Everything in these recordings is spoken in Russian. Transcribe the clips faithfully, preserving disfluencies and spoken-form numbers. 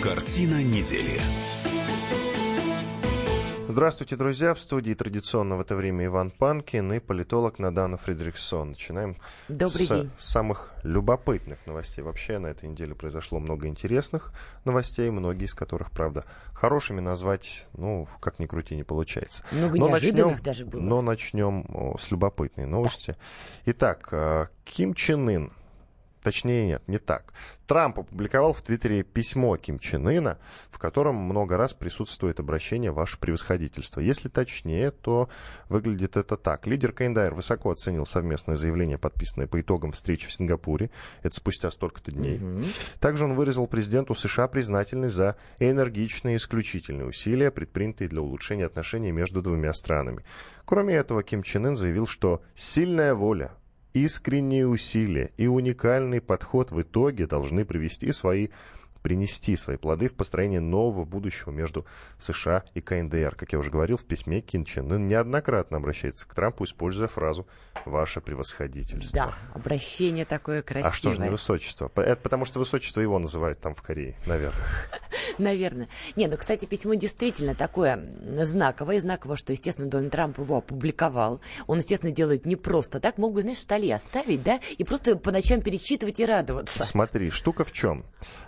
Картина недели. Здравствуйте, друзья. В студии традиционно в это время Иван Панкин и политолог Надана Фридрихсон. Начинаем Добрый с день. самых любопытных новостей. Вообще на этой неделе произошло много интересных новостей, многие из которых, правда, хорошими назвать, ну, как ни крути, не получается. Много но неожиданных начнем, даже было. Но начнем о, с любопытной новости. Да. Итак, Ким Чен Ын. Точнее, нет, не так. Трамп опубликовал в Твиттере письмо Ким Чен Ына, в котором много раз присутствует обращение «Ваше превосходительство». Если точнее, то выглядит это так. Лидер КНДР высоко оценил совместное заявление, подписанное по итогам встречи в Сингапуре. Это спустя столько-то дней. Mm-hmm. Также он выразил президенту США признательность за энергичные и исключительные усилия, предпринятые для улучшения отношений между двумя странами. Кроме этого, Ким Чен Ын заявил, что сильная воля, искренние усилия и уникальный подход в итоге должны привести свои, принести свои плоды в построение нового будущего между США и КНДР. Как я уже говорил, в письме Ким Чен Ын неоднократно обращается к Трампу, используя фразу «Ваше превосходительство». Да, обращение такое красивое. А что же не высочество? Это потому что высочество его называют там в Корее, наверное. Наверное. Не, ну, кстати, письмо действительно такое знаковое. Знаково, что, естественно, Дональд Трамп его опубликовал. Он, естественно, делает не просто так. Мог бы, знаешь, в столе оставить, да, и просто по ночам перечитывать и радоваться. Смотри, штука в чем?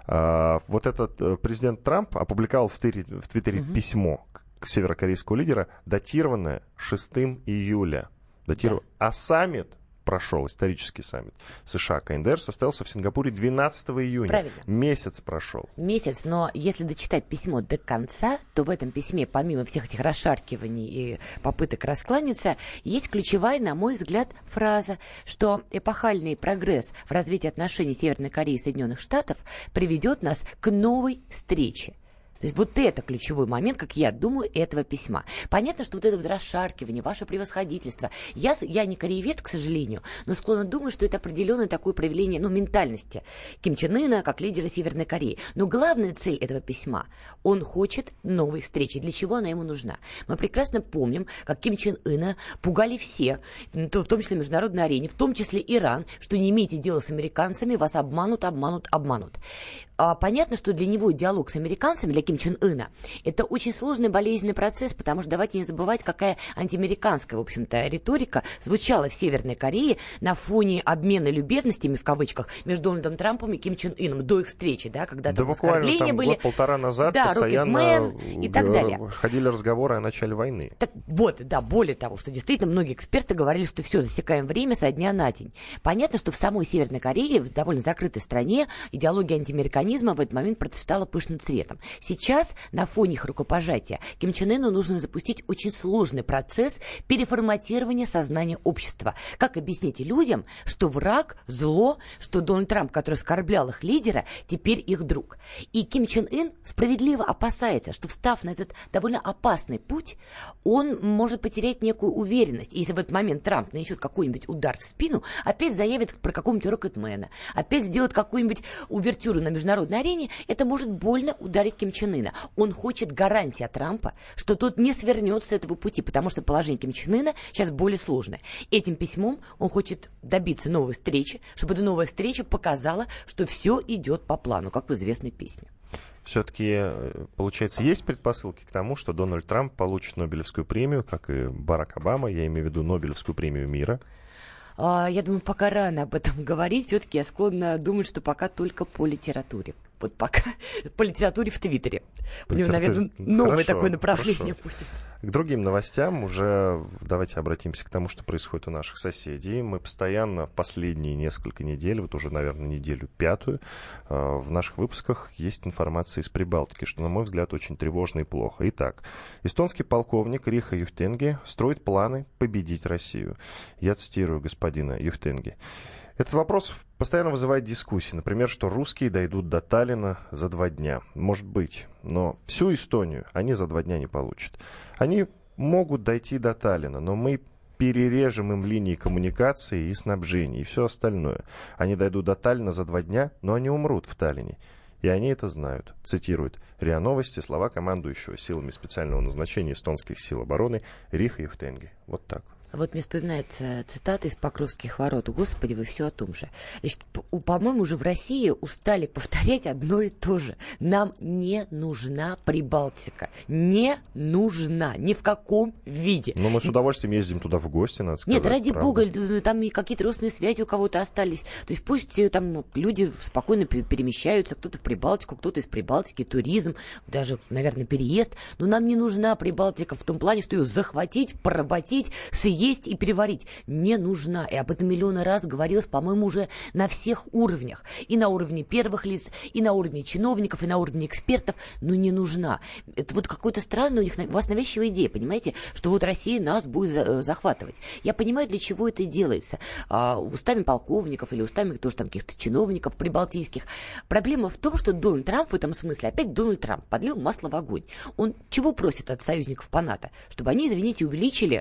А, вот этот президент Трамп опубликовал в Твиттере, в Твиттере угу. письмо к северокорейского лидера, датированное шестого июля. Датиров... Да. А саммит прошел, исторический саммит США-КНДР состоялся в Сингапуре двенадцатого июня. Правильно. Месяц прошел. Месяц, но если дочитать письмо до конца, то в этом письме, помимо всех этих расшаркиваний и попыток раскланяться, есть ключевая, на мой взгляд, фраза, что эпохальный прогресс в развитии отношений Северной Кореи и Соединенных Штатов приведет нас к новой встрече. То есть вот это ключевой момент, как я думаю, этого письма. Понятно, что вот это вот расшаркивание, ваше превосходительство. Я, я не кореевед, к сожалению, но склонна думать, что это определенное такое проявление, ну, ментальности Ким Чен Ына как лидера Северной Кореи. Но главная цель этого письма, он хочет новой встречи. Для чего она ему нужна? Мы прекрасно помним, как Ким Чен Ына пугали все, в том числе на международной арене, в том числе Иран, что не имейте дела с американцами, вас обманут, обманут, обманут. А понятно, что для него диалог с американцами, для Ким Чен Ына, это очень сложный болезненный процесс, потому что давайте не забывать, какая антиамериканская, в общем-то, риторика звучала в Северной Корее на фоне обмена любезностями, в кавычках, между Дональдом Трампом и Ким Чен Ыном до их встречи, да, когда да, там оскорбления были. Год-полтора назад да, постоянно и так далее. Ходили разговоры о начале войны. Так, вот, да, более того, что действительно многие эксперты говорили, что все, засекаем время со дня на день. Понятно, что в самой Северной Корее, в довольно закрытой стране, идеология антиамериканизма в этот момент процветала пышным цветом. Сейчас на фоне их рукопожатия Ким Чен Ыну нужно запустить очень сложный процесс переформатирования сознания общества. Как объяснить людям, что враг, зло, что Дональд Трамп, который оскорблял их лидера, теперь их друг. И Ким Чен Ын справедливо опасается, что, встав на этот довольно опасный путь, он может потерять некую уверенность. И если в этот момент Трамп нанесет какой-нибудь удар в спину, опять заявит про какого-нибудь Рокетмена, опять сделает какую-нибудь увертюру на международной арене, это может больно ударить Ким Чен Ына. Он хочет гарантии от Трампа, что тот не свернет с этого пути, потому что положение Ким Чен Ына сейчас более сложное. Этим письмом он хочет добиться новой встречи, чтобы эта новая встреча показала, что все идет по плану, как в известной песне. Все-таки, получается, есть предпосылки к тому, что Дональд Трамп получит Нобелевскую премию, как и Барак Обама, я имею в виду Нобелевскую премию мира? Я думаю, пока рано об этом говорить. Все-таки я склонна думать, что пока только по литературе. Вот пока по литературе в Твиттере. У него, наверное, новое хорошо, такое направление хорошо. будет. К другим новостям уже давайте обратимся к тому, что происходит у наших соседей. Мы постоянно последние несколько недель, вот уже, наверное, неделю пятую, в наших выпусках есть информация из Прибалтики, что, на мой взгляд, очень тревожно и плохо. Итак, эстонский полковник Риха Юхтенге строит планы победить Россию. Я цитирую господина Юхтенге. Этот вопрос постоянно вызывает дискуссии. Например, что русские дойдут до Таллина за два дня. Может быть, но всю Эстонию они за два дня не получат. Они могут дойти до Таллина, но мы перережем им линии коммуникации и снабжения, и все остальное. Они дойдут до Таллина за два дня, но они умрут в Таллине. И они это знают. Цитирует РИА Новости слова командующего силами специального назначения эстонских сил обороны Риха Юхтенге. Вот так. Вот мне вспоминается цитата из Покровских ворот. Господи, вы все о том же. Значит, по-моему, уже в России устали повторять одно и то же. Нам не нужна Прибалтика. Не нужна. Ни в каком виде. Но мы с удовольствием ездим туда в гости, надо сказать. Нет, ради правда. бога, там и какие-то родственные связи у кого-то остались. То есть пусть там люди спокойно перемещаются. Кто-то в Прибалтику, кто-то из Прибалтики, туризм, даже, наверное, переезд. Но нам не нужна Прибалтика в том плане, что ее захватить, поработить, съесть и переварить. Не нужна. И об этом миллионы раз говорилось, по-моему, уже на всех уровнях. И на уровне первых лиц, и на уровне чиновников, и на уровне экспертов. Но не нужна. Это вот какой-то странный у них, у вас навязчивая идея, понимаете, что вот Россия нас будет за, захватывать. Я понимаю, для чего это делается. А, устами полковников или устами тоже там каких-то чиновников прибалтийских. Проблема в том, что Дональд Трамп в этом смысле, опять Дональд Трамп подлил масло в огонь. Он чего просит от союзников по НАТО? Чтобы они, извините, увеличили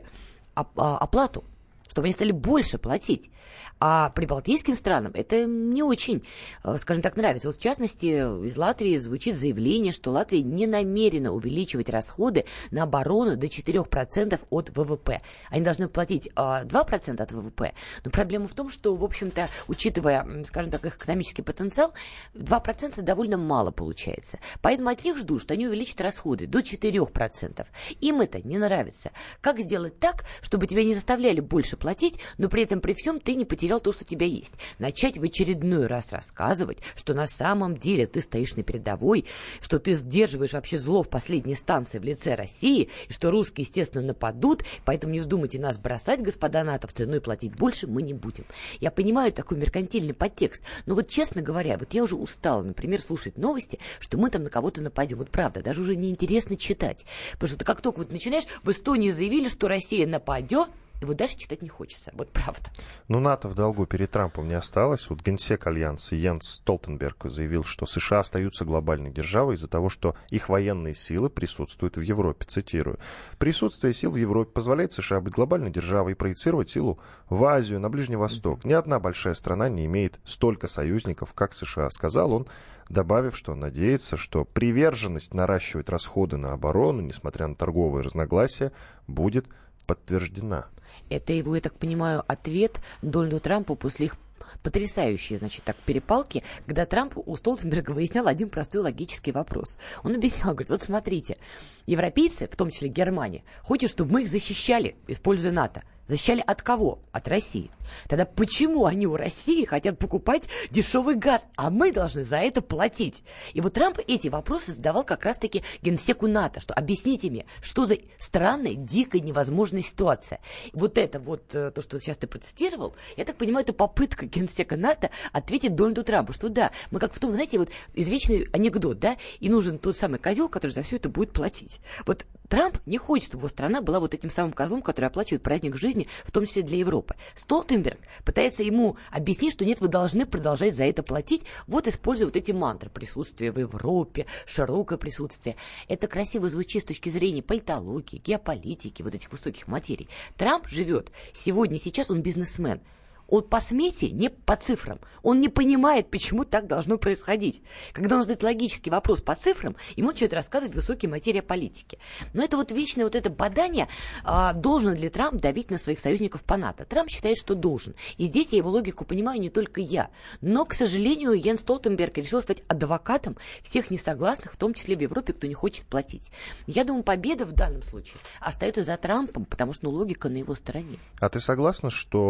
оплату, чтобы они стали больше платить. А прибалтийским странам это не очень, скажем так, нравится. Вот в частности, из Латвии звучит заявление, что Латвия не намерена увеличивать расходы на оборону до четырех процентов от ВВП. Они должны платить два процента от ВВП. Но проблема в том, что, в общем-то, учитывая, скажем так, их экономический потенциал, два процента довольно мало получается. Поэтому от них ждут, что они увеличат расходы до четырех процентов. Им это не нравится. Как сделать так, чтобы тебя не заставляли больше платить, но при этом при всем ты не потерял то, что у тебя есть. Начать в очередной раз рассказывать, что на самом деле ты стоишь на передовой, что ты сдерживаешь вообще зло в последней станции в лице России, и что русские, естественно, нападут, поэтому не вздумайте нас бросать, господа натовцы, но и платить больше мы не будем. Я понимаю такой меркантильный подтекст, но вот, честно говоря, вот я уже устала, например, слушать новости, что мы там на кого-то нападем. Вот правда, даже уже неинтересно читать. Потому что ты как только вот начинаешь, в Эстонии заявили, что Россия нападет, и вот дальше читать не хочется. Вот правда. Ну, НАТО в долгу перед Трампом не осталось. Вот генсек Альянса Йенс Столтенберг заявил, что США остаются глобальной державой из-за того, что их военные силы присутствуют в Европе. Цитирую. «Присутствие сил в Европе позволяет США быть глобальной державой и проецировать силу в Азию, на Ближний Восток. Ни одна большая страна не имеет столько союзников, как США», сказал он, добавив, что надеется, что приверженность наращивать расходы на оборону, несмотря на торговые разногласия, будет подтверждена. Это его, я так понимаю, ответ Дональду Трампу после их потрясающие, значит, так, перепалки, когда Трамп у Столтенберга выяснял один простой логический вопрос. Он объяснял, говорит, вот смотрите, европейцы, в том числе Германия, хотят, чтобы мы их защищали, используя НАТО. Защищали от кого? От России. Тогда почему они у России хотят покупать дешевый газ, а мы должны за это платить? И вот Трамп эти вопросы задавал как раз-таки генсеку НАТО, что объясните мне, что за странная, дикая, невозможная ситуация. И вот это вот, то, что сейчас ты процитировал, я так понимаю, это попытка генсека НАТО ответить Дональду Трампу, что да, мы как в том, знаете, вот извечный анекдот, да, и нужен тот самый козел, который за все это будет платить. Вот Трамп не хочет, чтобы его страна была вот этим самым козлом, который оплачивает праздник жизни, в том числе для Европы. Столтенберг пытается ему объяснить, что нет, вы должны продолжать за это платить, вот используя вот эти мантры. Присутствие в Европе, широкое присутствие. Это красиво звучит с точки зрения политологии, геополитики, вот этих высоких материй. Трамп живет сегодня, сейчас он бизнесмен. Он по смете, не по цифрам. Он не понимает, почему так должно происходить. Когда он задает логический вопрос по цифрам, ему начинают рассказывать высокие материи политики. Но это вот вечное вот это бадание, а, должен ли Трамп давить на своих союзников по НАТО. Трамп считает, что должен. И здесь я его логику понимаю не только я. Но, к сожалению, Йенс Столтенберг решил стать адвокатом всех несогласных, в том числе в Европе, кто не хочет платить. Я думаю, победа в данном случае остается за Трампом, потому что ну, логика на его стороне. А ты согласна,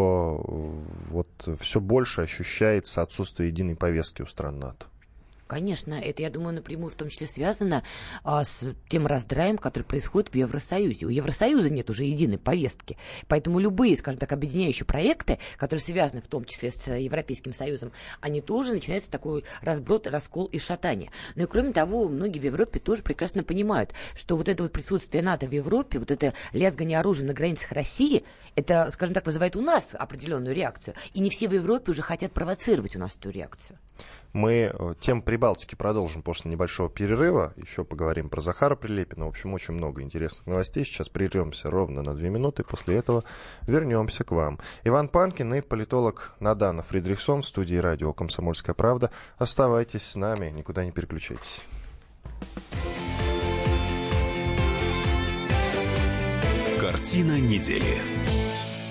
что вот все больше ощущается отсутствие единой повестки у стран НАТО? Конечно, это, я думаю, напрямую в том числе связано а, с тем раздраем, который происходит в Евросоюзе. У Евросоюза нет уже единой повестки, поэтому любые, скажем так, объединяющие проекты, которые связаны в том числе с Европейским Союзом, они тоже начинается такой разброд, раскол и шатание. Ну и кроме того, многие в Европе тоже прекрасно понимают, что вот это вот присутствие НАТО в Европе, вот это лязгание оружия на границах России, это, скажем так, вызывает у нас определенную реакцию. И не все в Европе уже хотят провоцировать у нас эту реакцию. Мы тему Прибалтики продолжим после небольшого перерыва. Еще поговорим про Захара Прилепина. В общем, очень много интересных новостей. Сейчас прервемся ровно на две минуты. После этого вернемся к вам. Иван Панкин и политолог Надана Фридрихсон в студии радио «Комсомольская правда». Оставайтесь с нами, никуда не переключайтесь. Картина недели.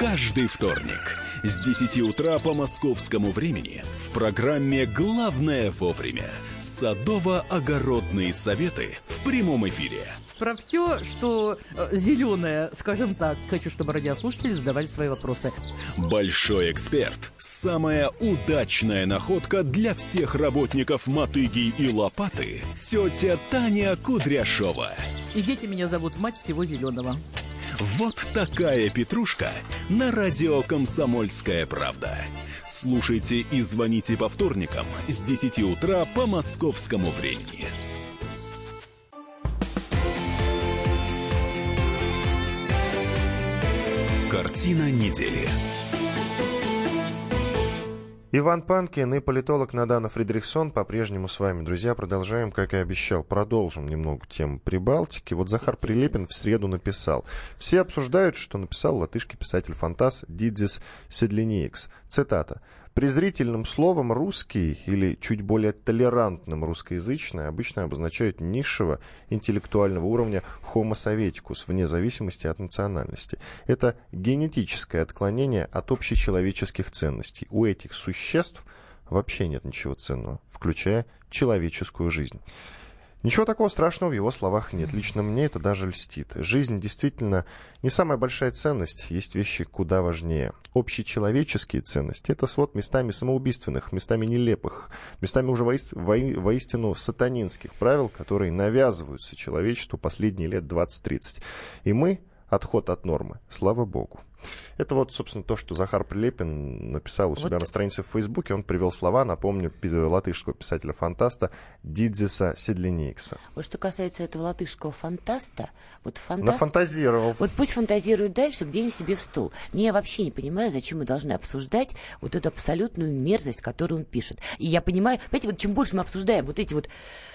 каждый вторник с десяти утра по московскому времени в программе «Главное вовремя» садово-огородные советы в прямом эфире. Про все, что э, зеленое, скажем так. Хочу, чтобы радиослушатели задавали свои вопросы. Большой эксперт. Самая удачная находка для всех работников мотыги и лопаты. Тетя Таня Кудряшова. И дети меня зовут мать всего зеленого. Вот такая петрушка на радио «Комсомольская правда». Слушайте и звоните по вторникам с десяти утра по московскому времени. Картина недели. Иван Панкин и политолог Надана Фридрихсон по-прежнему с вами. Друзья, продолжаем, как и обещал, продолжим немного тему Прибалтики. Вот Захар Прилепин в среду написал. Все обсуждают, что написал латышский писатель-фантаст Дидзис Седлиниекс. Цитата. Презрительным словом «русский» или чуть более толерантным «русскоязычное» обычно обозначают низшего интеллектуального уровня homo sovieticus, вне зависимости от национальности. Это генетическое отклонение от общечеловеческих ценностей. У этих существ вообще нет ничего ценного, включая человеческую жизнь. Ничего такого страшного в его словах нет. Лично мне это даже льстит. Жизнь действительно не самая большая ценность. Есть вещи куда важнее. Общечеловеческие ценности — это свод местами самоубийственных, местами нелепых, местами уже воист... во... воистину сатанинских правил, которые навязываются человечеству последние лет двадцать-тридцать. И мы — отход от нормы. Слава Богу. Это вот, собственно, то, что Захар Прилепин написал у себя вот на странице в Фейсбуке. Он привел слова, напомню, латышского писателя-фантаста Дидзиса Седлиниекса. Вот что касается этого латышского фантаста, вот фантаст... Нафантазировал. Вот пусть фантазирует дальше, где-нибудь себе в стол. Мне я вообще не понимаю, зачем мы должны обсуждать вот эту абсолютную мерзость, которую он пишет. И я понимаю, понимаете, вот чем больше мы обсуждаем вот эти вот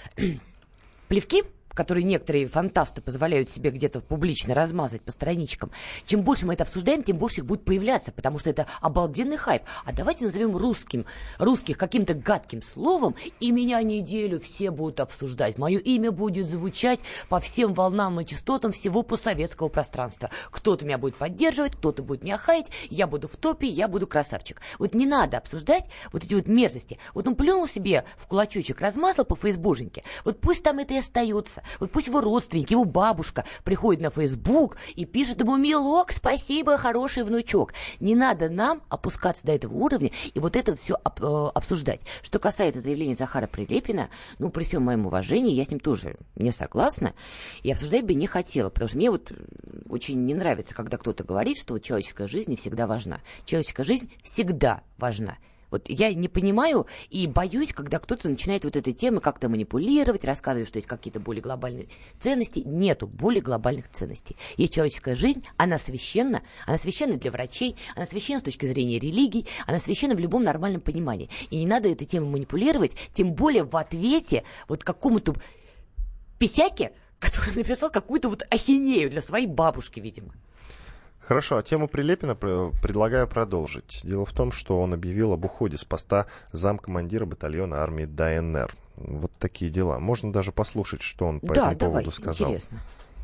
плевки, которые некоторые фантасты позволяют себе где-то публично размазать по страничкам, чем больше мы это обсуждаем, тем больше их будет появляться, потому что это обалденный хайп. А давайте назовем русским, русских каким-то гадким словом, и меня неделю все будут обсуждать. Мое имя будет звучать по всем волнам и частотам всего постсоветского пространства. Кто-то меня будет поддерживать, кто-то будет меня хаять, я буду в топе, я буду красавчик. Вот не надо обсуждать вот эти вот мерзости. Вот он плюнул себе в кулачочек, размазал по фейсбуженьке, вот пусть там это и остается. Вот пусть его родственники, его бабушка приходит на Фейсбук и пишет ему: «Милок, спасибо, хороший внучок». Не надо нам опускаться до этого уровня и вот это все об, э, обсуждать. Что касается заявления Захара Прилепина, ну, при всем моем уважении, я с ним тоже не согласна и обсуждать бы не хотела, потому что мне вот очень не нравится, когда кто-то говорит, что вот человеческая жизнь не всегда важна. Человеческая жизнь всегда важна. Вот я не понимаю и боюсь, когда кто-то начинает вот этой темой как-то манипулировать, рассказывать, что есть какие-то более глобальные ценности. Нету более глобальных ценностей. Есть человеческая жизнь, она священна, она священна для врачей, она священна с точки зрения религий, она священна в любом нормальном понимании. И не надо этой темой манипулировать, тем более в ответе вот какому-то писяке, который написал какую-то вот ахинею для своей бабушки, видимо. Хорошо, а тему Прилепина предлагаю продолжить. Дело в том, что он объявил об уходе с поста замкомандира батальона армии ДНР. Вот такие дела. Можно даже послушать, что он по да, этому давай, поводу сказал. Интересно.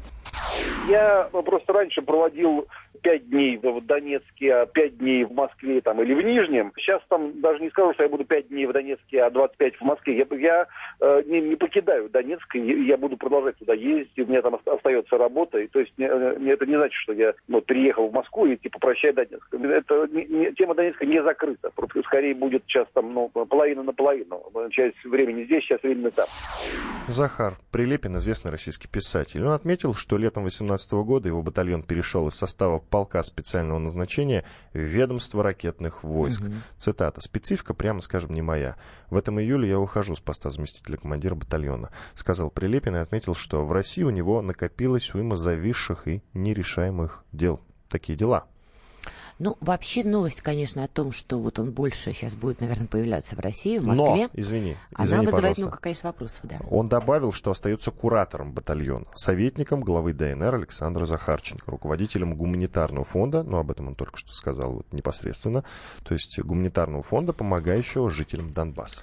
Я просто раньше проводил пять дней в Донецке, а пять дней в Москве там, или в Нижнем. Сейчас там даже не скажу, что я буду пять дней в Донецке, а двадцать пять в Москве. Я, я э, не, не покидаю Донецк, и я буду продолжать туда ездить, у меня там остается работа. И, то есть мне, мне это не значит, что я ну, приехал в Москву и типа прощай Донецк. Это, не, не, тема Донецка не закрыта. Просто скорее будет сейчас там ну, половина на половину. Часть времени здесь, часть времени там. Захар Прилепин, известный российский писатель. Он отметил, что летом две тысячи восемнадцатого года его батальон перешел из состава полка специального назначения в ведомство ракетных войск. Mm-hmm. Цитата. «Специфика, прямо скажем, не моя. В этом июле я ухожу с поста заместителя командира батальона», сказал Прилепин и отметил, что в России у него накопилось уйма зависших и нерешаемых дел. Такие дела. Ну, вообще новость, конечно, о том, что вот он больше сейчас будет, наверное, появляться в России, в Москве. Но, извини, она извини, вызывает пожалуйста. много, конечно, вопросов, да. Он добавил, что остается куратором батальона, советником главы ДНР Александра Захарченко, руководителем гуманитарного фонда, ну, об этом он только что сказал вот, непосредственно, то есть гуманитарного фонда, помогающего жителям Донбасса.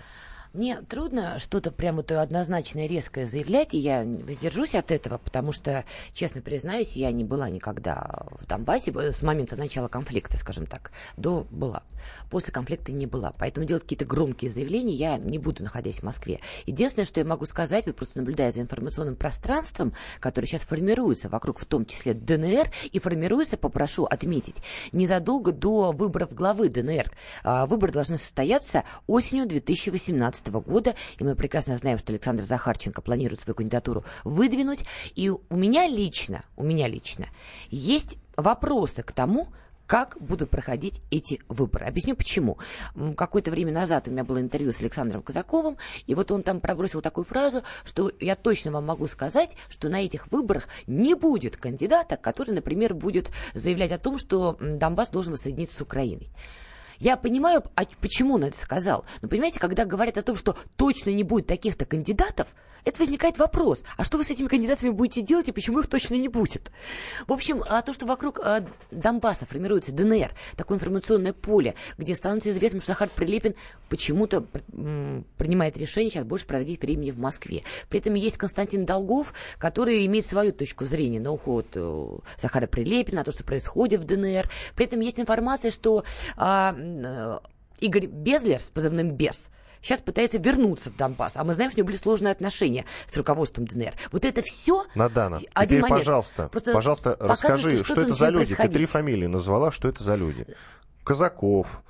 Мне трудно что-то прям вот однозначное, резкое заявлять, и я воздержусь от этого, потому что, честно признаюсь, я не была никогда в Донбассе с момента начала конфликта, скажем так. До была. После конфликта не была. Поэтому делать какие-то громкие заявления я не буду, находясь в Москве. Единственное, что я могу сказать, вот просто наблюдая за информационным пространством, которое сейчас формируется вокруг, в том числе ДНР, и формируется, попрошу отметить, незадолго до выборов главы ДНР. Выборы должны состояться осенью две тысячи восемнадцатого года, и мы прекрасно знаем, что Александр Захарченко планирует свою кандидатуру выдвинуть, и у меня лично, у меня лично есть вопросы к тому, как будут проходить эти выборы. Объясню почему. Какое-то время назад у меня было интервью с Александром Казаковым, и вот он там пробросил такую фразу, что я точно вам могу сказать, что на этих выборах не будет кандидата, который, например, будет заявлять о том, что Донбасс должен воссоединиться с Украиной. Я понимаю, а почему он это сказал. Но понимаете, когда говорят о том, что точно не будет таких-то кандидатов, это возникает вопрос. А что вы с этими кандидатами будете делать и почему их точно не будет? В общем, а то, что вокруг а, Донбасса формируется ДНР, такое информационное поле, где становится известным, что Захар Прилепин почему-то м, принимает решение сейчас больше проводить времени в Москве. При этом есть Константин Долгов, который имеет свою точку зрения на уход э, Захара Прилепина, на то, что происходит в ДНР. При этом есть информация, что а, э, Игорь Безлер с позывным «Без» сейчас пытается вернуться в Донбасс, а мы знаем, что у него были сложные отношения с руководством ДНР. Вот это все... Надана, один теперь, момент. пожалуйста, Просто пожалуйста, расскажи, что, что это за люди? Ты три фамилии назвала, что это за люди? Казаков,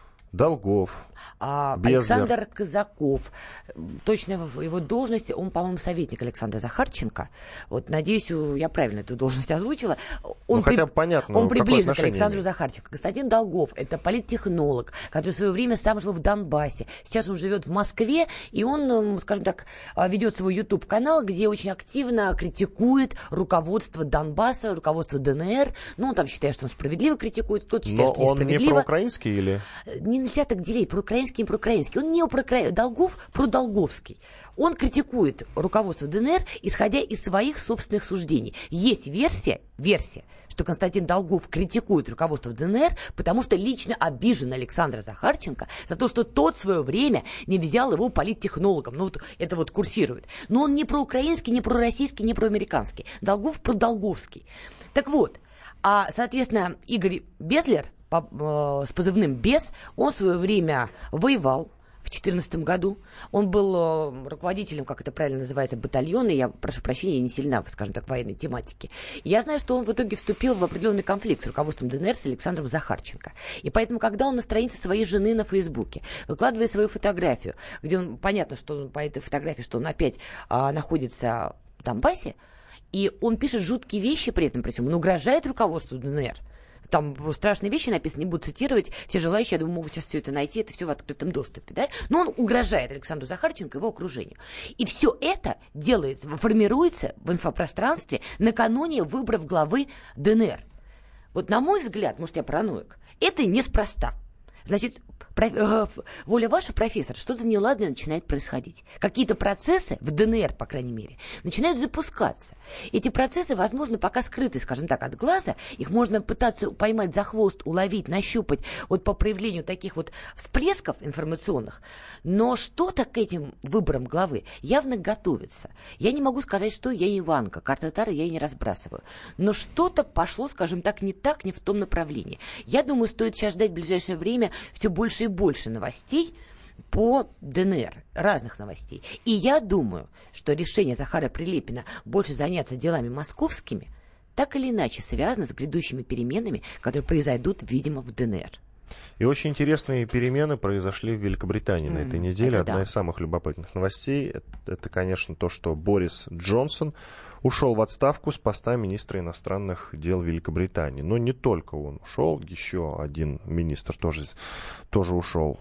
Долгов, а, Безлер. Александр Казаков. Точно его должность, он, по-моему, советник Александра Захарченко. Вот, надеюсь, я правильно эту должность озвучила. Он, ну, при... хотя бы понятно, он приближен к Александру имеет? Захарченко. Константин Долгов — это политтехнолог, который в свое время сам жил в Донбассе. Сейчас он живет в Москве, и он, скажем так, ведет свой YouTube-канал, где очень активно критикует руководство Донбасса, руководство ДНР. Ну, он там считает, что он справедливо критикует, кто-то считает, Но что несправедливо. он не проукраинский или... Не нельзя так делить, проукраинский и проукраинский. Он не проукраинский. Долгов продолговский. Он критикует руководство ДНР, исходя из своих собственных суждений. Есть версия, версия, что Константин Долгов критикует руководство ДНР, потому что лично обижен Александр Захарченко за то, что тот в свое время не взял его политтехнологом. Ну, вот это вот курсирует. Но он не проукраинский, не пророссийский, не проамериканский. Долгов продолговский. Так вот, а, соответственно, Игорь Безлер по, э, с позывным «Без», он в свое время воевал в две тысячи четырнадцатом году. Он был э, руководителем, как это правильно называется, батальона. Я прошу прощения, я не сильна, скажем так, в военной тематике. И я знаю, что он в итоге вступил в определенный конфликт с руководством ДНР, с Александром Захарченко. И поэтому, когда он на странице своей жены на Фейсбуке выкладывает свою фотографию, где он, понятно, что он, по этой фотографии, что он опять э, находится в Донбассе, и он пишет жуткие вещи при этом, при этом он угрожает руководству ДНР. Там страшные вещи написаны, не буду цитировать. Все желающие, я думаю, могут сейчас все это найти. Это все в открытом доступе. Да? Но он угрожает Александру Захарченко и его окружению. И все это делается, формируется в инфопространстве накануне выборов главы ДНР. Вот на мой взгляд, может, я параноик, это неспроста. Значит, про, э, воля ваша, профессор, что-то неладное начинает происходить. Какие-то процессы в ДНР, по крайней мере, начинают запускаться. Эти процессы, возможно, пока скрыты, скажем так, от глаза. Их можно пытаться поймать за хвост, уловить, нащупать вот по проявлению таких вот всплесков информационных. Но что-то к этим выборам главы явно готовится. Я не могу сказать, что я Иванка. Карты Таро я и не разбрасываю. Но что-то пошло, скажем так, не так, не в том направлении. Я думаю, стоит сейчас ждать в ближайшее время все больше и больше новостей по ДНР, разных новостей. И я думаю, что решение Захара Прилепина больше заняться делами московскими так или иначе связано с грядущими переменами, которые произойдут, видимо, в ДНР. И очень интересные перемены произошли в Великобритании mm, на этой неделе. Одна да. из самых любопытных новостей это, это, конечно, то, что Борис Джонсон ушел в отставку с поста министра иностранных дел Великобритании. Но не только он ушел, еще один министр тоже, тоже ушел.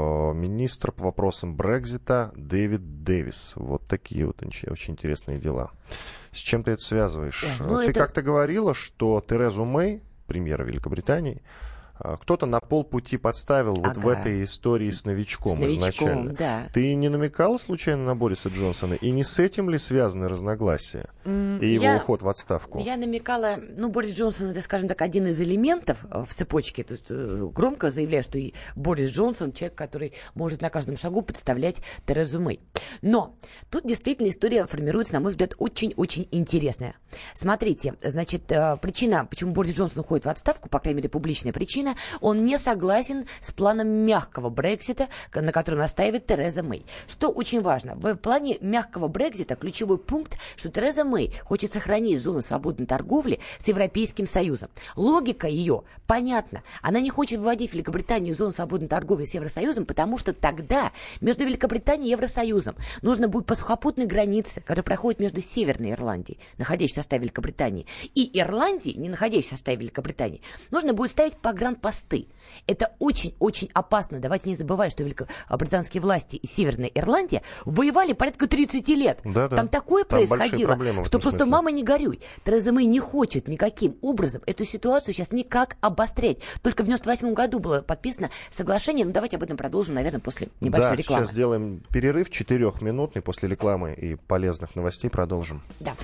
Министр по вопросам Брексита Дэвид Дэвис. Вот такие вот очень интересные дела. С чем ты это связываешь? Ну, ты это... как-то говорила, что Терезу Мэй, премьера Великобритании, кто-то на полпути подставил вот ага. в этой истории с новичком, с новичком изначально. Да. Ты не намекала случайно на Бориса Джонсона? И не с этим ли связаны разногласия? Mm, и его я, уход в отставку? Я намекала, ну, Борис Джонсон, это, скажем так, один из элементов в цепочке. То есть громко заявляю, что и Борис Джонсон человек, который может на каждом шагу подставлять Терезу Мэй. Но тут действительно история формируется, на мой взгляд, очень-очень интересная. Смотрите, значит, причина, почему Борис Джонсон уходит в отставку, по крайней мере, публичная причина, он не согласен с планом мягкого Брексита, на котором настаивает Тереза Мэй. Что очень важно, в плане мягкого Брексита ключевой пункт, что Тереза Мэй хочет сохранить зону свободной торговли с Европейским Союзом. Логика ее понятна. Она не хочет вводить Великобританию в зону свободной торговли с Евросоюзом, потому что тогда между Великобританией и Евросоюзом нужно будет по сухопутной границе, которая проходит между Северной Ирландией, находящейся в составе Великобритании, и Ирландией, не находящейся в составе Великобритании, нужно будет ставить погранпосты. Это очень-очень опасно. Давайте не забывать, что великобританские власти и Северная Ирландия воевали порядка тридцать лет. Да, да. Там такое Там происходило, что просто смысле. мама не горюй. Тереза Мэй не хочет никаким образом эту ситуацию сейчас никак обострять. Только в девяносто восьмом году было подписано соглашение. Ну, давайте об этом продолжим, наверное, после небольшой да, рекламы. Сейчас сделаем перерыв четырехминутный, после рекламы и полезных новостей продолжим. Да.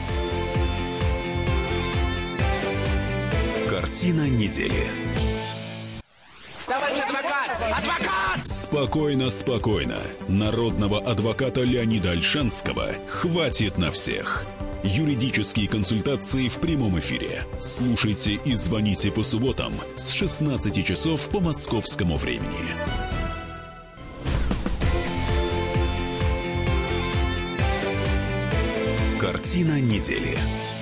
Картина недели. Товарищ адвокат! Адвокат! Спокойно, спокойно. Народного адвоката Леонида Ольшанского хватит на всех. Юридические консультации в прямом эфире. Слушайте и звоните по субботам с шестнадцати часов по московскому времени. Картина недели.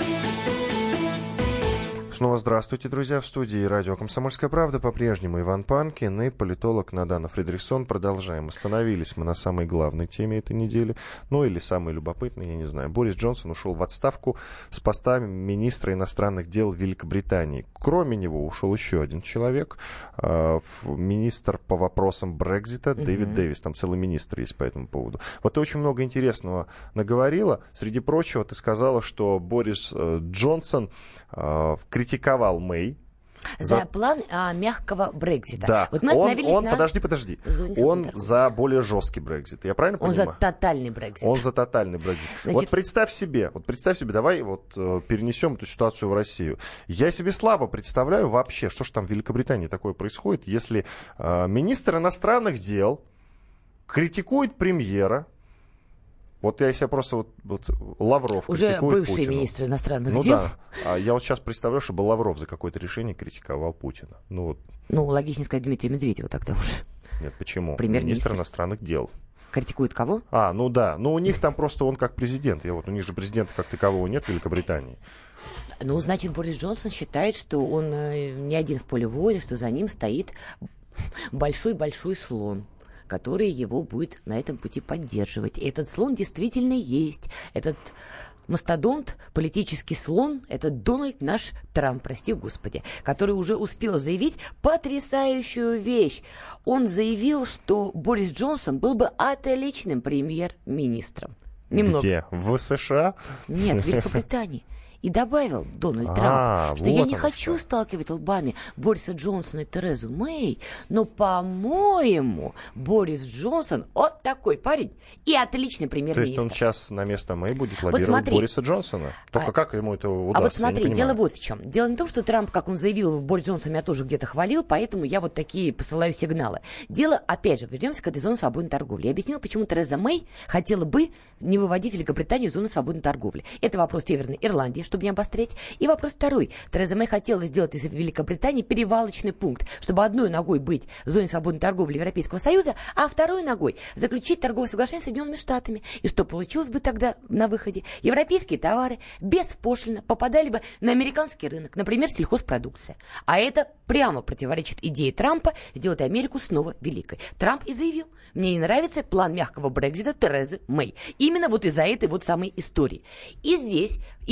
Снова здравствуйте, друзья. В студии радио «Комсомольская правда» по-прежнему Иван Панкин и политолог Надана Фридрихсон. Продолжаем. Остановились мы на самой главной теме этой недели. Ну, или самой любопытной, я не знаю. Борис Джонсон ушел в отставку с поста министра иностранных дел Великобритании. Кроме него ушел еще один человек. Э, министр по вопросам Брексита Дэвид mm-hmm. Дэвис. Там целый министр есть по этому поводу. Вот ты очень много интересного наговорила. Среди прочего, ты сказала, что Борис э, Джонсон э, критиковал критиковал Мэй за, за план а, мягкого Брексита. Да. Вот мы он, остановились он на... подожди, подожди. Он за более жесткий Брексит. Я правильно он понимаю? Он за тотальный Брексит. Он за тотальный Брексит. Значит... Вот представь себе, вот представь себе, давай вот э, перенесем эту ситуацию в Россию. Я себе слабо представляю вообще, что же там в Великобритании такое происходит, если э, министр иностранных дел критикует премьера. Вот я себе просто вот, вот Лавров уже критикует бывший Путина. министр иностранных ну, дел. Да. А я вот сейчас представляю, чтобы Лавров за какое-то решение критиковал Путина. Ну, вот. ну логично сказать Дмитрия Медведева тогда уже. Нет, почему? Премьер-министр. Министр иностранных дел. Критикует кого? А, ну да. Ну, у них там просто он как президент. Я вот, у них же президента как такового нет в Великобритании. Ну, значит, Борис Джонсон считает, что он э, не один в поле воина, что за ним стоит большой-большой слон, который его будет на этом пути поддерживать. И этот слон действительно есть. Этот мастодонт, политический слон, это Дональд наш Трамп, прости господи, который уже успел заявить потрясающую вещь. Он заявил, что Борис Джонсон был бы отличным премьер-министром. Немного. Где? В США? Нет, в Великобритании. И добавил Дональд А, Трамп, что вот я не оно хочу что. сталкивать лбами Бориса Джонсона и Терезу Мэй, но, по-моему, Борис Джонсон вот такой парень и отличный То премьер-министр. есть он сейчас на место Мэй будет лоббировать вот смотри, Бориса Джонсона? Только а, как ему это удастся? А вот смотри, я не дело понимаю. вот в чем. Дело не в том, что Трамп, как он заявил, Борис Джонсон меня тоже где-то хвалил, поэтому я вот такие посылаю сигналы. Дело, опять же, вернемся к этой зоне свободной торговли. Я объяснила, почему Тереза Мэй хотела бы не выводить Великобританию из зоны свободной торговли. Это вопрос Северной Ирландии, чтобы не обострять. И вопрос второй. Тереза Мэй хотела сделать из Великобритании перевалочный пункт, чтобы одной ногой быть в зоне свободной торговли Европейского Союза, а второй ногой заключить торговое соглашение с Соединенными Штатами. И что получилось бы тогда на выходе? Европейские товары беспошлино попадали бы на американский рынок, например, сельхозпродукция. А это прямо противоречит идее Трампа сделать Америку снова великой. Трамп и заявил: мне не нравится план мягкого Брексита Терезы Мэй. Именно вот из-за этой вот самой истории. И здесь, именно по этому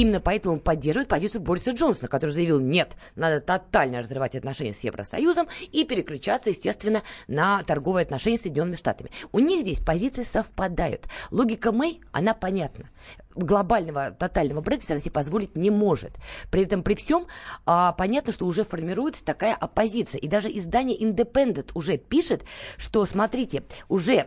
что он поддерживает позицию Бориса Джонсона, который заявил, нет, надо тотально разрывать отношения с Евросоюзом и переключаться, естественно, на торговые отношения с Соединенными Штатами. У них здесь позиции совпадают. Логика Мэй, она понятна. Глобального тотального Брексита она себе позволить не может. При этом, при всем, а, понятно, что уже формируется такая оппозиция. И даже издание Independent уже пишет, что, смотрите, уже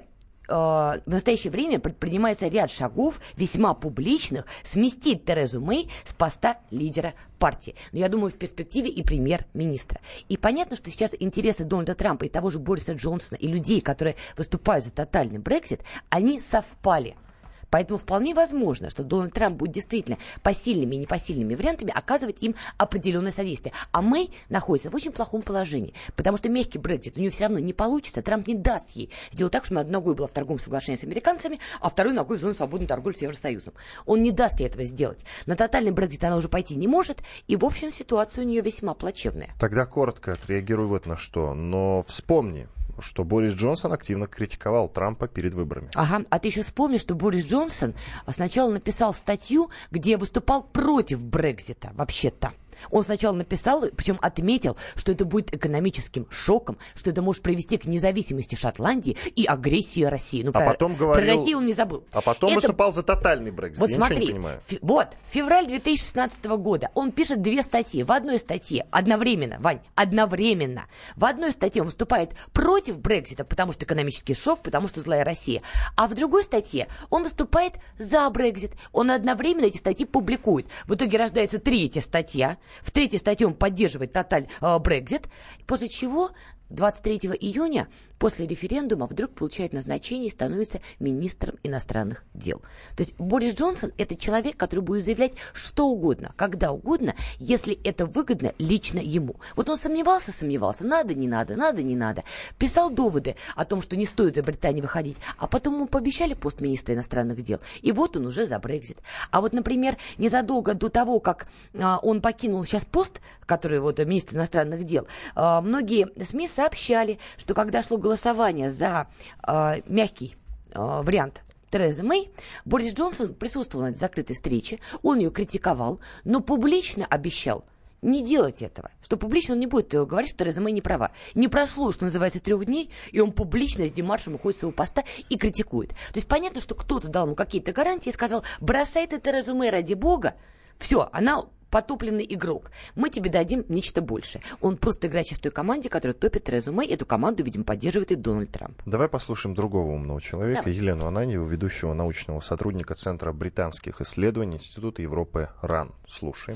в настоящее время предпринимается ряд шагов, весьма публичных, сместить Терезу Мэй с поста лидера партии. Но я думаю, в перспективе и премьер-министра. И понятно, что сейчас интересы Дональда Трампа и того же Бориса Джонсона, и людей, которые выступают за тотальный Брексит, они совпали. Поэтому вполне возможно, что Дональд Трамп будет действительно посильными и непосильными вариантами оказывать им определенное содействие. А Мэй находится в очень плохом положении, потому что мягкий Брексит у нее все равно не получится. Трамп не даст ей сделать так, чтобы она одной ногой была в торговом соглашении с американцами, а второй ногой в зоне свободной торговли с Евросоюзом. Он не даст ей этого сделать. На тотальный Брексит она уже пойти не может, и, в общем, ситуация у нее весьма плачевная. Тогда коротко отреагирую вот на что. Но вспомни, что Борис Джонсон активно критиковал Трампа перед выборами. Ага, а ты еще вспомни, что Борис Джонсон сначала написал статью, где выступал против Брексита, вообще-то. Он сначала написал, причем отметил, что это будет экономическим шоком, что это может привести к независимости Шотландии и агрессии России. Ну, а про, потом говорил... про Россию он не забыл. А потом это... выступал за тотальный Брексит. Вот Я смотри, ничего не понимаю. Фи... вот, февраль две тысячи шестнадцатого года. Он пишет две статьи. В одной статье одновременно, Вань, одновременно. В одной статье он выступает против Брексита, потому что экономический шок, потому что злая Россия. А в другой статье он выступает за Брексит. Он одновременно эти статьи публикует. В итоге рождается третья статья. В третьей статье он поддерживает тоталь Брексит, после чего двадцать третьего июня после референдума вдруг получает назначение и становится министром иностранных дел. То есть Борис Джонсон – это человек, который будет заявлять что угодно, когда угодно, если это выгодно лично ему. Вот он сомневался, сомневался, надо, не надо, надо, не надо. Писал доводы о том, что не стоит за Британию выходить, а потом ему пообещали пост министра иностранных дел. И вот он уже за Брексит. А вот, например, незадолго до того, как а, он покинул сейчас пост, который вот министр иностранных дел, а, многие СМИ сообщали, что когда шло голосование за а, мягкий а, вариант Терезы Мэй, Борис Джонсон присутствовал на этой закрытой встрече, он ее критиковал, но публично обещал не делать этого, что публично он не будет говорить, что Тереза Мэй не права. Не прошло, что называется, трех дней, и он публично с демаршем уходит с своего поста и критикует. То есть понятно, что кто-то дал ему какие-то гарантии и сказал, бросай ты Терезу Мэй ради бога, все, она потопленный игрок. Мы тебе дадим нечто большее. Он просто играет сейчас в той команде, которая топит Терезу Мэй. Эту команду, видимо, поддерживает и Дональд Трамп. Давай послушаем другого умного человека, Давай. Елену Ананьеву, ведущего научного сотрудника Центра британских исследований Института Европы РАН. Слушаем.